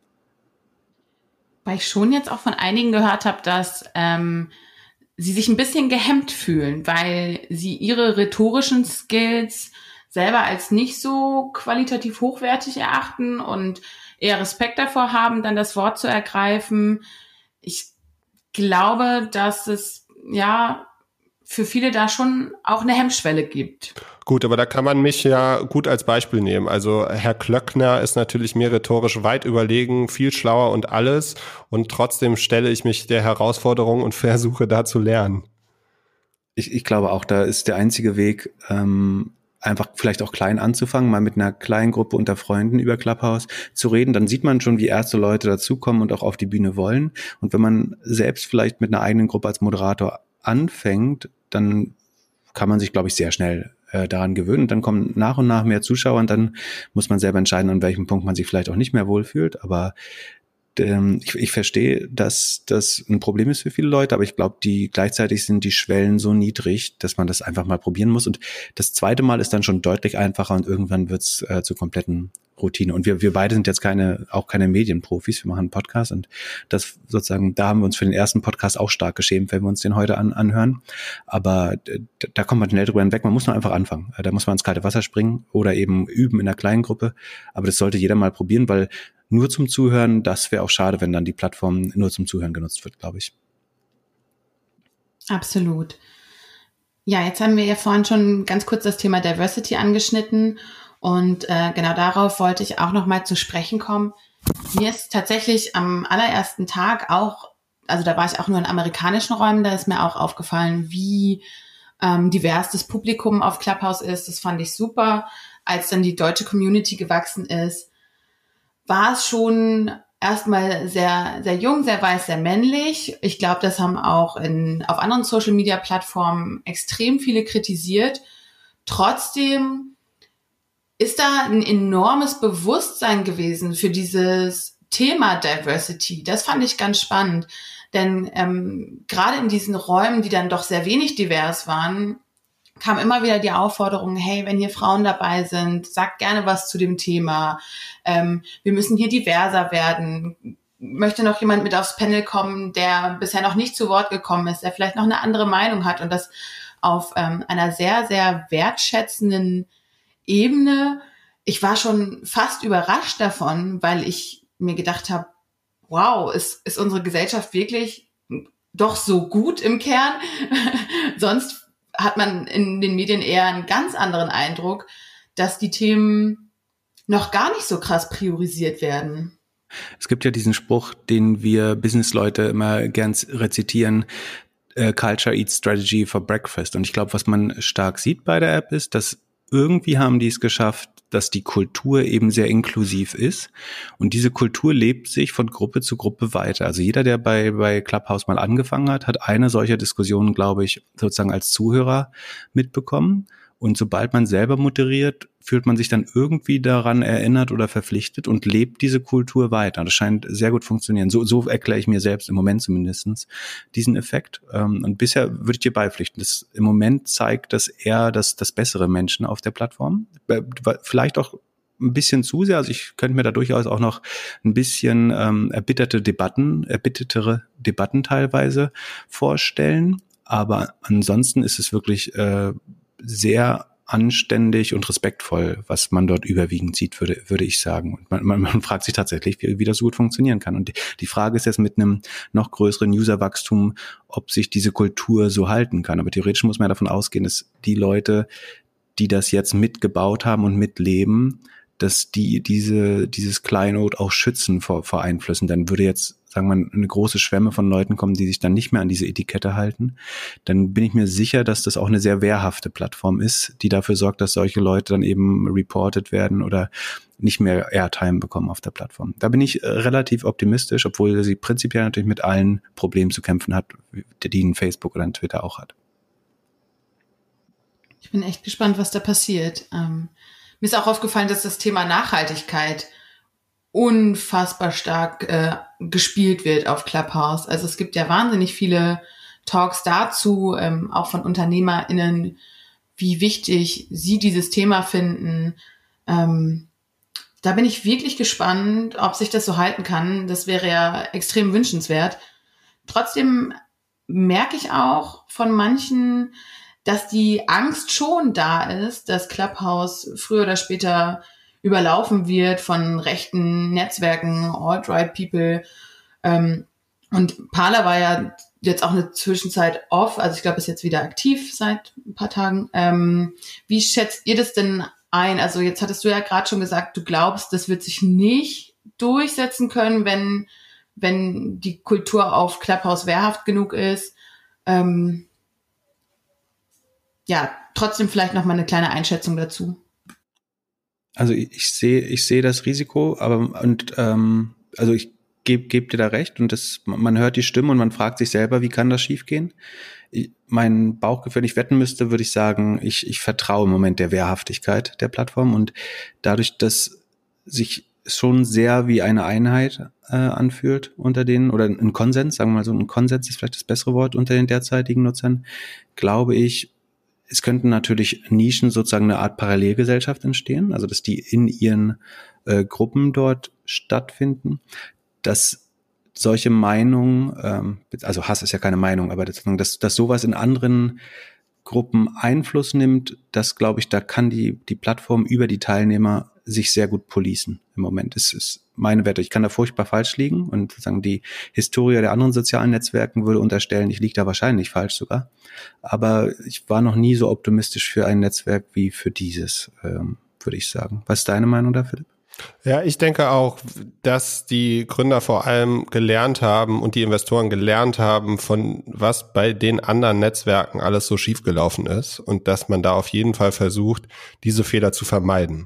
Weil ich schon jetzt auch von einigen gehört habe, dass sie sich ein bisschen gehemmt fühlen, weil sie ihre rhetorischen Skills selber als nicht so qualitativ hochwertig erachten und eher Respekt davor haben, dann das Wort zu ergreifen. Ich glaube, dass es ja für viele da schon auch eine Hemmschwelle gibt. Gut, aber da kann man mich ja gut als Beispiel nehmen. Also Herr Klöckner ist natürlich mir rhetorisch weit überlegen, viel schlauer und alles. Und trotzdem stelle ich mich der Herausforderung und versuche da zu lernen. Ich glaube auch, da ist der einzige Weg, einfach vielleicht auch klein anzufangen, mal mit einer kleinen Gruppe unter Freunden über Clubhouse zu reden. Dann sieht man schon, wie erste Leute dazukommen und auch auf die Bühne wollen. Und wenn man selbst vielleicht mit einer eigenen Gruppe als Moderator anfängt, dann kann man sich, glaube ich, sehr schnell daran gewöhnen. Und dann kommen nach und nach mehr Zuschauer und dann muss man selber entscheiden, an welchem Punkt man sich vielleicht auch nicht mehr wohlfühlt. Aber ich verstehe, dass das ein Problem ist für viele Leute, aber ich glaube, gleichzeitig sind die Schwellen so niedrig, dass man das einfach mal probieren muss. Und das zweite Mal ist dann schon deutlich einfacher und irgendwann wird es zur kompletten Routine. Und wir beide sind jetzt auch keine Medienprofis, wir machen einen Podcast und das sozusagen, da haben wir uns für den ersten Podcast auch stark geschämt, wenn wir uns den heute anhören. Aber da kommt man schnell drüber hinweg, man muss nur einfach anfangen. Da muss man ins kalte Wasser springen oder eben üben in einer kleinen Gruppe. Aber das sollte jeder mal probieren, weil nur zum Zuhören, das wäre auch schade, wenn dann die Plattform nur zum Zuhören genutzt wird, glaube ich. Absolut. Ja, jetzt haben wir ja vorhin schon ganz kurz das Thema Diversity angeschnitten und genau darauf wollte ich auch nochmal zu sprechen kommen. Mir ist tatsächlich am allerersten Tag auch, also da war ich auch nur in amerikanischen Räumen, da ist mir auch aufgefallen, wie divers das Publikum auf Clubhouse ist. Das fand ich super. Als dann die deutsche Community gewachsen ist, war es schon erstmal sehr, sehr jung, sehr weiß, sehr männlich. Ich glaube, das haben auch auf anderen Social-Media-Plattformen extrem viele kritisiert. Trotzdem ist da ein enormes Bewusstsein gewesen für dieses Thema Diversity. Das fand ich ganz spannend. Denn gerade in diesen Räumen, die dann doch sehr wenig divers waren, kam immer wieder die Aufforderung, hey, wenn hier Frauen dabei sind, sagt gerne was zu dem Thema. Wir müssen hier diverser werden. Möchte noch jemand mit aufs Panel kommen, der bisher noch nicht zu Wort gekommen ist, der vielleicht noch eine andere Meinung hat und das auf einer sehr, sehr wertschätzenden Ebene. Ich war schon fast überrascht davon, weil ich mir gedacht habe, wow, ist unsere Gesellschaft wirklich doch so gut im Kern? Sonst hat man in den Medien eher einen ganz anderen Eindruck, dass die Themen noch gar nicht so krass priorisiert werden. Es gibt ja diesen Spruch, den wir Businessleute immer gern rezitieren, Culture eats strategy for breakfast. Und ich glaube, was man stark sieht bei der App ist, dass irgendwie haben die es geschafft, dass die Kultur eben sehr inklusiv ist. Und diese Kultur lebt sich von Gruppe zu Gruppe weiter. Also jeder, der bei Clubhouse mal angefangen hat eine solcher Diskussion, glaube ich, sozusagen als Zuhörer mitbekommen. Und sobald man selber moderiert, fühlt man sich dann irgendwie daran erinnert oder verpflichtet und lebt diese Kultur weiter. Das scheint sehr gut funktionieren. So erkläre ich mir selbst im Moment zumindest diesen Effekt. Und bisher würde ich dir beipflichten. Das im Moment zeigt das eher das bessere Menschen auf der Plattform. Vielleicht auch ein bisschen zu sehr. Also ich könnte mir da durchaus auch noch ein bisschen erbittertere Debatten teilweise vorstellen. Aber ansonsten ist es wirklich sehr anständig und respektvoll, was man dort überwiegend sieht, würde ich sagen. Und man fragt sich tatsächlich, wie das so gut funktionieren kann. Und die Frage ist jetzt mit einem noch größeren Userwachstum, ob sich diese Kultur so halten kann. Aber theoretisch muss man ja davon ausgehen, dass die Leute, die das jetzt mitgebaut haben und mitleben, dass die dieses Kleinod auch schützen vor Einflüssen. Dann würde jetzt, sagen wir, eine große Schwemme von Leuten kommen, die sich dann nicht mehr an diese Etikette halten. Dann bin ich mir sicher, dass das auch eine sehr wehrhafte Plattform ist, die dafür sorgt, dass solche Leute dann eben reported werden oder nicht mehr Airtime bekommen auf der Plattform. Da bin ich relativ optimistisch, obwohl sie prinzipiell natürlich mit allen Problemen zu kämpfen hat, die ein Facebook oder ein Twitter auch hat. Ich bin echt gespannt, was da passiert. Mir ist auch aufgefallen, dass das Thema Nachhaltigkeit unfassbar stark gespielt wird auf Clubhouse. Also es gibt ja wahnsinnig viele Talks dazu, auch von UnternehmerInnen, wie wichtig sie dieses Thema finden. Da bin ich wirklich gespannt, ob sich das so halten kann. Das wäre ja extrem wünschenswert. Trotzdem merke ich auch von manchen, dass die Angst schon da ist, dass Clubhouse früher oder später überlaufen wird von rechten Netzwerken, Alt-Right-People. Und Parler war ja jetzt auch eine Zwischenzeit off, also ich glaube, ist jetzt wieder aktiv seit ein paar Tagen. Wie schätzt ihr das denn ein? Also jetzt hattest du ja gerade schon gesagt, du glaubst, das wird sich nicht durchsetzen können, wenn die Kultur auf Clubhouse wehrhaft genug ist. Ja, trotzdem vielleicht noch mal eine kleine Einschätzung dazu. Also ich sehe das Risiko, also ich gebe dir da recht und man hört die Stimme und man fragt sich selber, wie kann das schiefgehen? Mein Bauchgefühl, wenn ich wetten müsste, würde ich sagen, ich vertraue im Moment der Wehrhaftigkeit der Plattform und dadurch, dass sich schon sehr wie eine Einheit anfühlt unter denen, oder ein Konsens, sagen wir mal so, ein Konsens ist vielleicht das bessere Wort unter den derzeitigen Nutzern, glaube ich, es könnten natürlich Nischen, sozusagen eine Art Parallelgesellschaft entstehen, also dass die in ihren Gruppen dort stattfinden, dass solche Meinungen, also Hass ist ja keine Meinung, aber dass sowas in anderen Gruppen Einfluss nimmt, das glaube ich, da kann die Plattform über die Teilnehmer sich sehr gut policen im Moment. Es ist meine Wette. Ich kann da furchtbar falsch liegen und sozusagen die Historie der anderen sozialen Netzwerken würde unterstellen, ich liege da wahrscheinlich falsch sogar. Aber ich war noch nie so optimistisch für ein Netzwerk wie für dieses, würde ich sagen. Was ist deine Meinung da, Philipp? Ja, ich denke auch, dass die Gründer vor allem gelernt haben und die Investoren gelernt haben, von was bei den anderen Netzwerken alles so schiefgelaufen ist und dass man da auf jeden Fall versucht, diese Fehler zu vermeiden.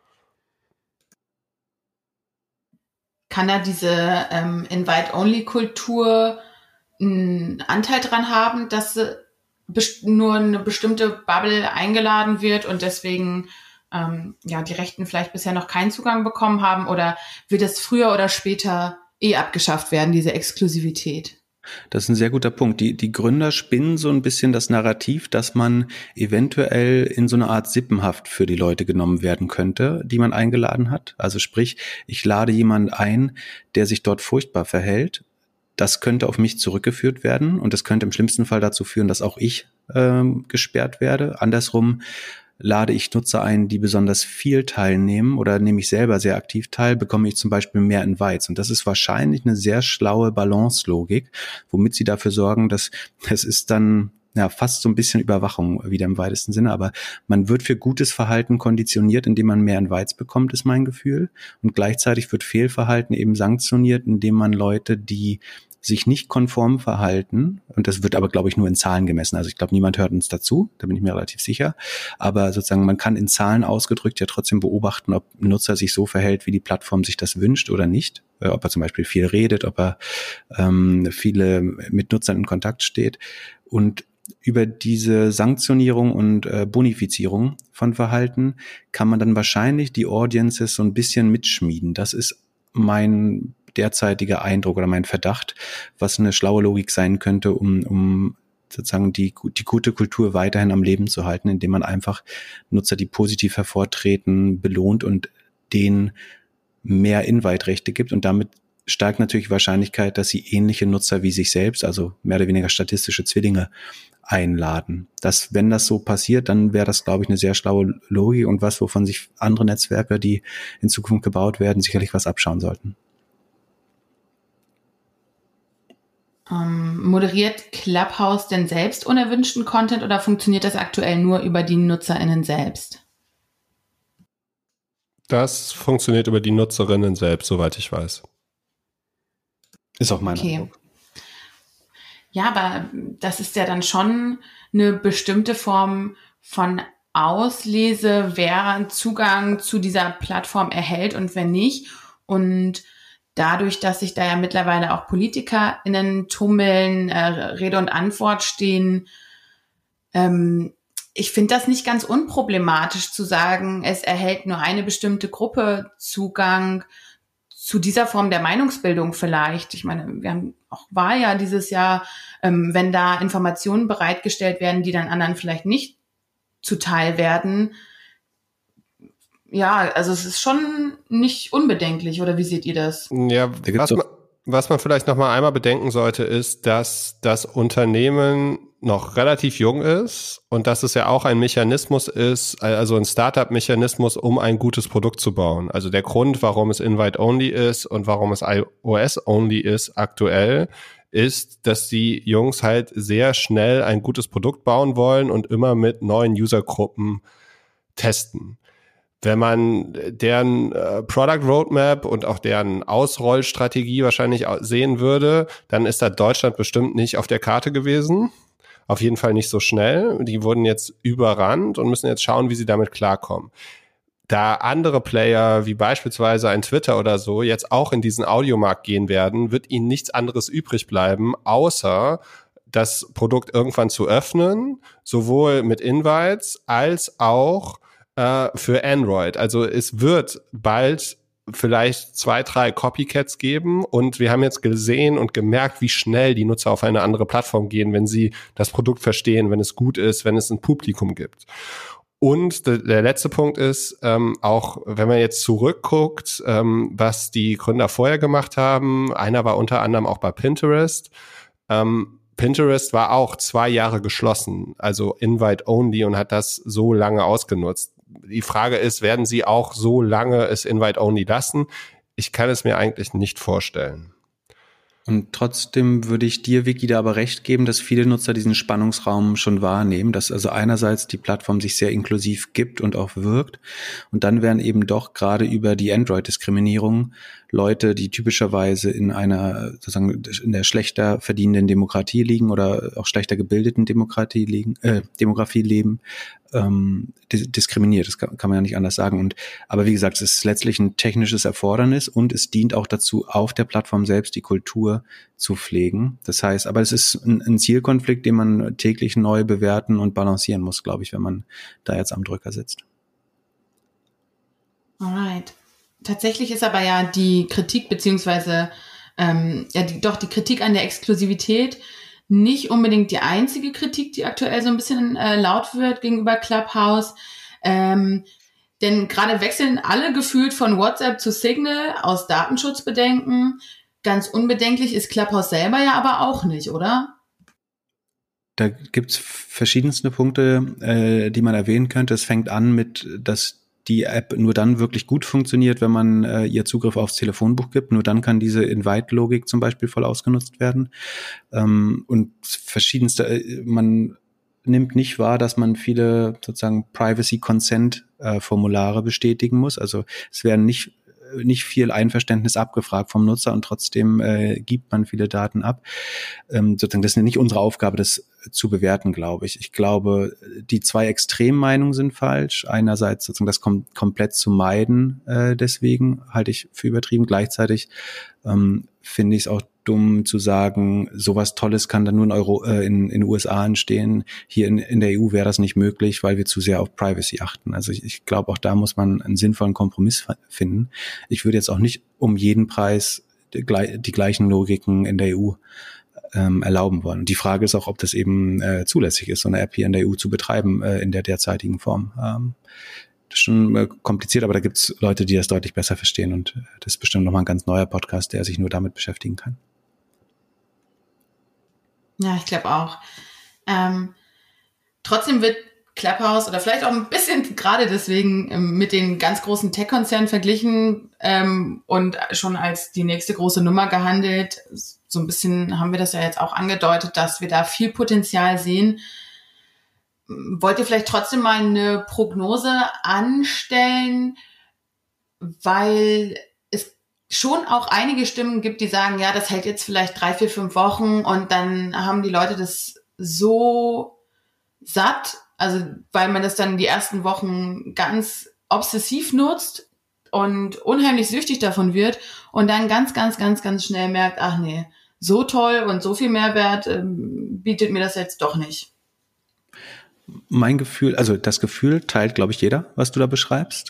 Kann da diese Invite-Only-Kultur einen Anteil dran haben, dass nur eine bestimmte Bubble eingeladen wird und deswegen die Rechten vielleicht bisher noch keinen Zugang bekommen haben, oder wird es früher oder später abgeschafft werden, diese Exklusivität? Das ist ein sehr guter Punkt. Die Gründer spinnen so ein bisschen das Narrativ, dass man eventuell in so eine Art Sippenhaft für die Leute genommen werden könnte, die man eingeladen hat. Also sprich, ich lade jemanden ein, der sich dort furchtbar verhält. Das könnte auf mich zurückgeführt werden und das könnte im schlimmsten Fall dazu führen, dass auch ich gesperrt werde. Andersrum lade ich Nutzer ein, die besonders viel teilnehmen oder nehme ich selber sehr aktiv teil, bekomme ich zum Beispiel mehr Invites. Und das ist wahrscheinlich eine sehr schlaue Balance-Logik, womit sie dafür sorgen, dass es ist dann fast so ein bisschen Überwachung wieder im weitesten Sinne, aber man wird für gutes Verhalten konditioniert, indem man mehr Invites bekommt, ist mein Gefühl. Und gleichzeitig wird Fehlverhalten eben sanktioniert, indem man Leute, die sich nicht konform verhalten, und das wird aber, glaube ich, nur in Zahlen gemessen. Also ich glaube, niemand hört uns dazu, da bin ich mir relativ sicher. Aber sozusagen, man kann in Zahlen ausgedrückt ja trotzdem beobachten, ob ein Nutzer sich so verhält, wie die Plattform sich das wünscht oder nicht. Ob er zum Beispiel viel redet, ob er viele mit Nutzern in Kontakt steht. Und über diese Sanktionierung und Bonifizierung von Verhalten kann man dann wahrscheinlich die Audiences so ein bisschen mitschmieden. Das ist mein derzeitiger Eindruck oder mein Verdacht, was eine schlaue Logik sein könnte, um sozusagen die gute Kultur weiterhin am Leben zu halten, indem man einfach Nutzer, die positiv hervortreten, belohnt und denen mehr Invite-Rechte gibt, und damit steigt natürlich die Wahrscheinlichkeit, dass sie ähnliche Nutzer wie sich selbst, also mehr oder weniger statistische Zwillinge, einladen. Wenn das so passiert, dann wäre das, glaube ich, eine sehr schlaue Logik und was, wovon sich andere Netzwerke, die in Zukunft gebaut werden, sicherlich was abschauen sollten. Moderiert Clubhouse denn selbst unerwünschten Content oder funktioniert das aktuell nur über die NutzerInnen selbst? Das funktioniert über die Nutzerinnen selbst, soweit ich weiß. Ist auch mein Eindruck. Ja, aber das ist ja dann schon eine bestimmte Form von Auslese, wer Zugang zu dieser Plattform erhält und wer nicht. Und dadurch, dass sich da ja mittlerweile auch PolitikerInnen tummeln, Rede und Antwort stehen, ich finde das nicht ganz unproblematisch zu sagen, es erhält nur eine bestimmte Gruppe Zugang zu dieser Form der Meinungsbildung vielleicht. Ich meine, wir haben auch Wahljahr dieses Jahr, wenn da Informationen bereitgestellt werden, die dann anderen vielleicht nicht zuteil werden. Ja, also es ist schon nicht unbedenklich, oder wie seht ihr das? Ja, was man vielleicht noch mal einmal bedenken sollte, ist, dass das Unternehmen noch relativ jung ist und dass es ja auch ein Mechanismus ist, also ein Startup-Mechanismus, um ein gutes Produkt zu bauen. Also der Grund, warum es Invite-Only ist und warum es iOS-Only ist aktuell, ist, dass die Jungs halt sehr schnell ein gutes Produkt bauen wollen und immer mit neuen Usergruppen testen. Wenn man deren Product Roadmap und auch deren Ausrollstrategie wahrscheinlich sehen würde, dann ist da Deutschland bestimmt nicht auf der Karte gewesen. Auf jeden Fall nicht so schnell. Die wurden jetzt überrannt und müssen jetzt schauen, wie sie damit klarkommen. Da andere Player wie beispielsweise ein Twitter oder so jetzt auch in diesen Audiomarkt gehen werden, wird ihnen nichts anderes übrig bleiben, außer das Produkt irgendwann zu öffnen, sowohl mit Invites als auch für Android. Also es wird bald vielleicht 2, 3 Copycats geben und wir haben jetzt gesehen und gemerkt, wie schnell die Nutzer auf eine andere Plattform gehen, wenn sie das Produkt verstehen, wenn es gut ist, wenn es ein Publikum gibt. Und der letzte Punkt ist, auch wenn man jetzt zurückguckt, was die Gründer vorher gemacht haben, einer war unter anderem auch bei Pinterest. Pinterest war auch 2 Jahre geschlossen, also Invite-Only, und hat das so lange ausgenutzt. Die Frage ist, werden sie auch so lange es Invite-Only lassen? Ich kann es mir eigentlich nicht vorstellen. Und trotzdem würde ich dir, Vicky, da aber recht geben, dass viele Nutzer diesen Spannungsraum schon wahrnehmen, dass also einerseits die Plattform sich sehr inklusiv gibt und auch wirkt und dann werden eben doch gerade über die Android-Diskriminierung Leute, die typischerweise in einer, sozusagen in der schlechter verdienenden Demokratie liegen oder auch schlechter gebildeten Demografie leben, diskriminiert. Das kann man ja nicht anders sagen. Aber wie gesagt, es ist letztlich ein technisches Erfordernis und es dient auch dazu, auf der Plattform selbst die Kultur zu pflegen. Das heißt, aber es ist ein Zielkonflikt, den man täglich neu bewerten und balancieren muss, glaube ich, wenn man da jetzt am Drücker sitzt. Alright. Tatsächlich ist aber ja die Kritik beziehungsweise die Kritik an der Exklusivität nicht unbedingt die einzige Kritik, die aktuell so ein bisschen laut wird gegenüber Clubhouse. Denn gerade wechseln alle gefühlt von WhatsApp zu Signal aus Datenschutzbedenken. Ganz unbedenklich ist Clubhouse selber ja aber auch nicht, oder? Da gibt's verschiedenste Punkte, die man erwähnen könnte. Es fängt an mit, dass die App nur dann wirklich gut funktioniert, wenn man ihr Zugriff aufs Telefonbuch gibt. Nur dann kann diese Invite-Logik zum Beispiel voll ausgenutzt werden. Und verschiedenste, man nimmt nicht wahr, dass man viele sozusagen Privacy-Consent-Formulare bestätigen muss. Also es werden nicht viel Einverständnis abgefragt vom Nutzer und trotzdem gibt man viele Daten ab. Sozusagen, das ist nicht unsere Aufgabe, das zu bewerten, glaube ich. Ich glaube, die 2 Extremmeinungen sind falsch. Einerseits sozusagen das komplett zu meiden, deswegen halte ich für übertrieben. Gleichzeitig finde ich es auch dumm zu sagen, sowas Tolles kann dann nur in den USA entstehen. Hier in der EU wäre das nicht möglich, weil wir zu sehr auf Privacy achten. Also ich glaube, auch da muss man einen sinnvollen Kompromiss finden. Ich würde jetzt auch nicht um jeden Preis die gleichen Logiken in der EU erlauben wollen. Die Frage ist auch, ob das eben zulässig ist, so eine App hier in der EU zu betreiben in der derzeitigen Form. Das ist schon kompliziert, aber da gibt es Leute, die das deutlich besser verstehen und das ist bestimmt nochmal ein ganz neuer Podcast, der sich nur damit beschäftigen kann. Ja, ich glaube auch. Trotzdem wird Clubhouse oder vielleicht auch ein bisschen gerade deswegen mit den ganz großen Tech-Konzernen verglichen und schon als die nächste große Nummer gehandelt. So ein bisschen haben wir das ja jetzt auch angedeutet, dass wir da viel Potenzial sehen. Wollt ihr vielleicht trotzdem mal eine Prognose anstellen, weil es schon auch einige Stimmen gibt, die sagen, ja, das hält jetzt vielleicht 3, 4, 5 Wochen und dann haben die Leute das so satt, also weil man das dann die ersten Wochen ganz obsessiv nutzt und unheimlich süchtig davon wird und dann ganz, ganz, ganz, ganz schnell merkt, ach nee, so toll und so viel Mehrwert bietet mir das jetzt doch nicht. mein Gefühl, also das Gefühl teilt, glaube ich, jeder, was du da beschreibst.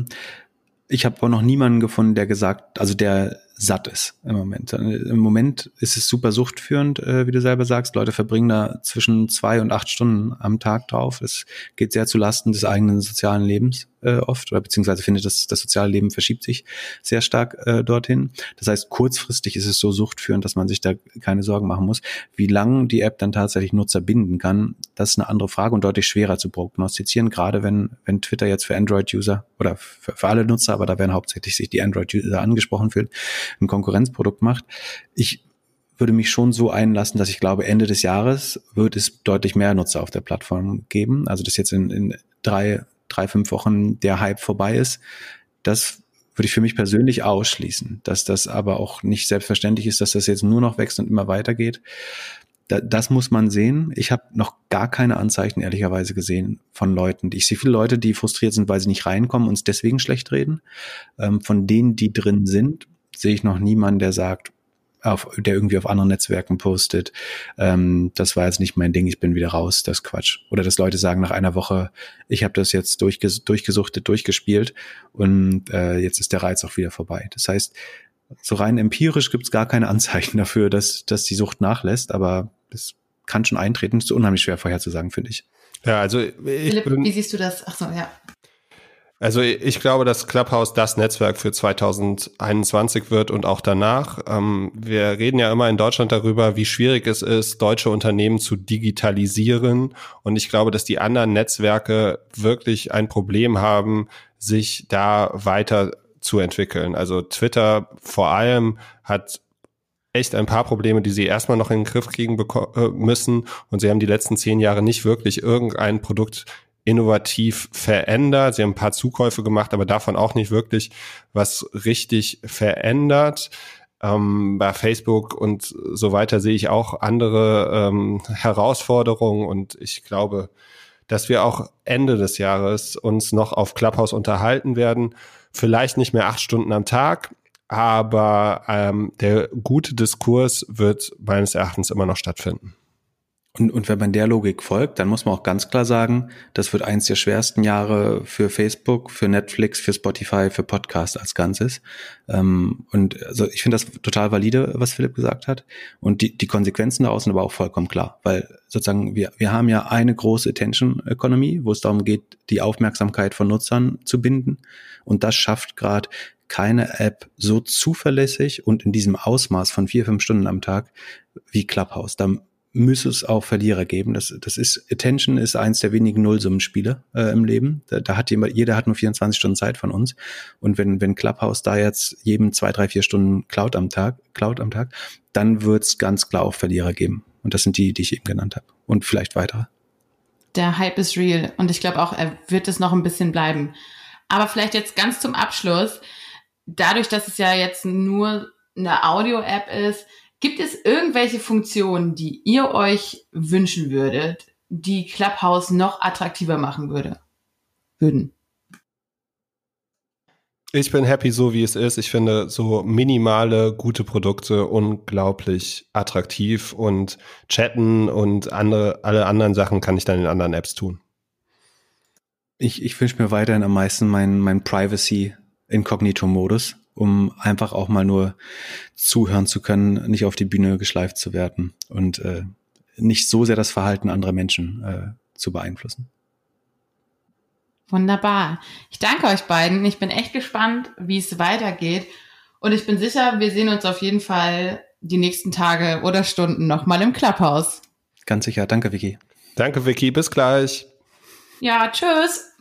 Ich habe auch noch niemanden gefunden, der der satt ist im Moment. Im Moment ist es super suchtführend, wie du selber sagst. Leute verbringen da zwischen 2 und 8 Stunden am Tag drauf. Es geht sehr zu Lasten des eigenen sozialen Lebens oft, oder beziehungsweise finde das soziale Leben verschiebt sich sehr stark dorthin. Das heißt, kurzfristig ist es so suchtführend, dass man sich da keine Sorgen machen muss. Wie lange die App dann tatsächlich Nutzer binden kann, das ist eine andere Frage und deutlich schwerer zu prognostizieren, gerade wenn Twitter jetzt für Android-User oder für alle Nutzer, aber da werden hauptsächlich sich die Android-User angesprochen fühlen, ein Konkurrenzprodukt macht. Ich würde mich schon so einlassen, dass ich glaube, Ende des Jahres wird es deutlich mehr Nutzer auf der Plattform geben. Also dass jetzt in 3-5 Wochen der Hype vorbei ist, das würde ich für mich persönlich ausschließen. Dass das aber auch nicht selbstverständlich ist, dass das jetzt nur noch wächst und immer weitergeht. Das muss man sehen. Ich habe noch gar keine Anzeichen, ehrlicherweise, gesehen von Leuten. Ich sehe viele Leute, die frustriert sind, weil sie nicht reinkommen und es deswegen schlecht reden. Von denen, die drin sind, sehe ich noch niemanden, der sagt, der irgendwie auf anderen Netzwerken postet, das war jetzt nicht mein Ding, ich bin wieder raus, das ist Quatsch. Oder dass Leute sagen nach einer Woche, ich habe das jetzt durchgesuchtet, durchgespielt und jetzt ist der Reiz auch wieder vorbei. Das heißt, so rein empirisch gibt es gar keine Anzeichen dafür, dass die Sucht nachlässt, aber das kann schon eintreten. Das ist unheimlich schwer vorherzusagen, finde ich. Ja, also Philipp, wie siehst du das? Ach so, ja. Also ich glaube, dass Clubhouse das Netzwerk für 2021 wird und auch danach. Wir reden ja immer in Deutschland darüber, wie schwierig es ist, deutsche Unternehmen zu digitalisieren. Und ich glaube, dass die anderen Netzwerke wirklich ein Problem haben, sich da weiter zu entwickeln. Also Twitter vor allem hat echt ein paar Probleme, die sie erstmal noch in den Griff kriegen müssen. Und sie haben die letzten 10 Jahre nicht wirklich irgendein Produkt innovativ verändert. Sie haben ein paar Zukäufe gemacht, aber davon auch nicht wirklich was richtig verändert. Bei Facebook und so weiter sehe ich auch andere Herausforderungen und ich glaube, dass wir auch Ende des Jahres uns noch auf Clubhouse unterhalten werden. Vielleicht nicht mehr 8 Stunden am Tag, aber der gute Diskurs wird meines Erachtens immer noch stattfinden. Und wenn man der Logik folgt, dann muss man auch ganz klar sagen, das wird eins der schwersten Jahre für Facebook, für Netflix, für Spotify, für Podcast als Ganzes. Und also ich finde das total valide, was Philipp gesagt hat. Und die Konsequenzen daraus sind aber auch vollkommen klar. Weil sozusagen wir haben ja eine große Attention Economy, wo es darum geht, die Aufmerksamkeit von Nutzern zu binden. Und das schafft gerade keine App so zuverlässig und in diesem Ausmaß von 4-5 Stunden am Tag wie Clubhouse. Da müsse es auch Verlierer geben. Attention ist eins der wenigen Nullsummenspiele im Leben. Da hat jeder hat nur 24 Stunden Zeit von uns. Und wenn Clubhouse da jetzt jedem 2, 3, 4 Stunden klaut am Tag, dann wird es ganz klar auch Verlierer geben. Und das sind die ich eben genannt habe. Und vielleicht weitere. Der Hype ist real. Und ich glaube auch, er wird es noch ein bisschen bleiben. Aber vielleicht jetzt ganz zum Abschluss. Dadurch, dass es ja jetzt nur eine Audio-App ist, gibt es irgendwelche Funktionen, die ihr euch wünschen würdet, die Clubhouse noch attraktiver machen würden? Ich bin happy so, wie es ist. Ich finde so minimale, gute Produkte unglaublich attraktiv und chatten und alle anderen Sachen kann ich dann in anderen Apps tun. Ich wünsche mir weiterhin am meisten mein Privacy-Inkognito-Modus, um einfach auch mal nur zuhören zu können, nicht auf die Bühne geschleift zu werden und nicht so sehr das Verhalten anderer Menschen zu beeinflussen. Wunderbar. Ich danke euch beiden. Ich bin echt gespannt, wie es weitergeht. Und ich bin sicher, wir sehen uns auf jeden Fall die nächsten Tage oder Stunden nochmal im Clubhouse. Ganz sicher. Danke, Vicky. Danke, Vicky. Bis gleich. Ja, tschüss.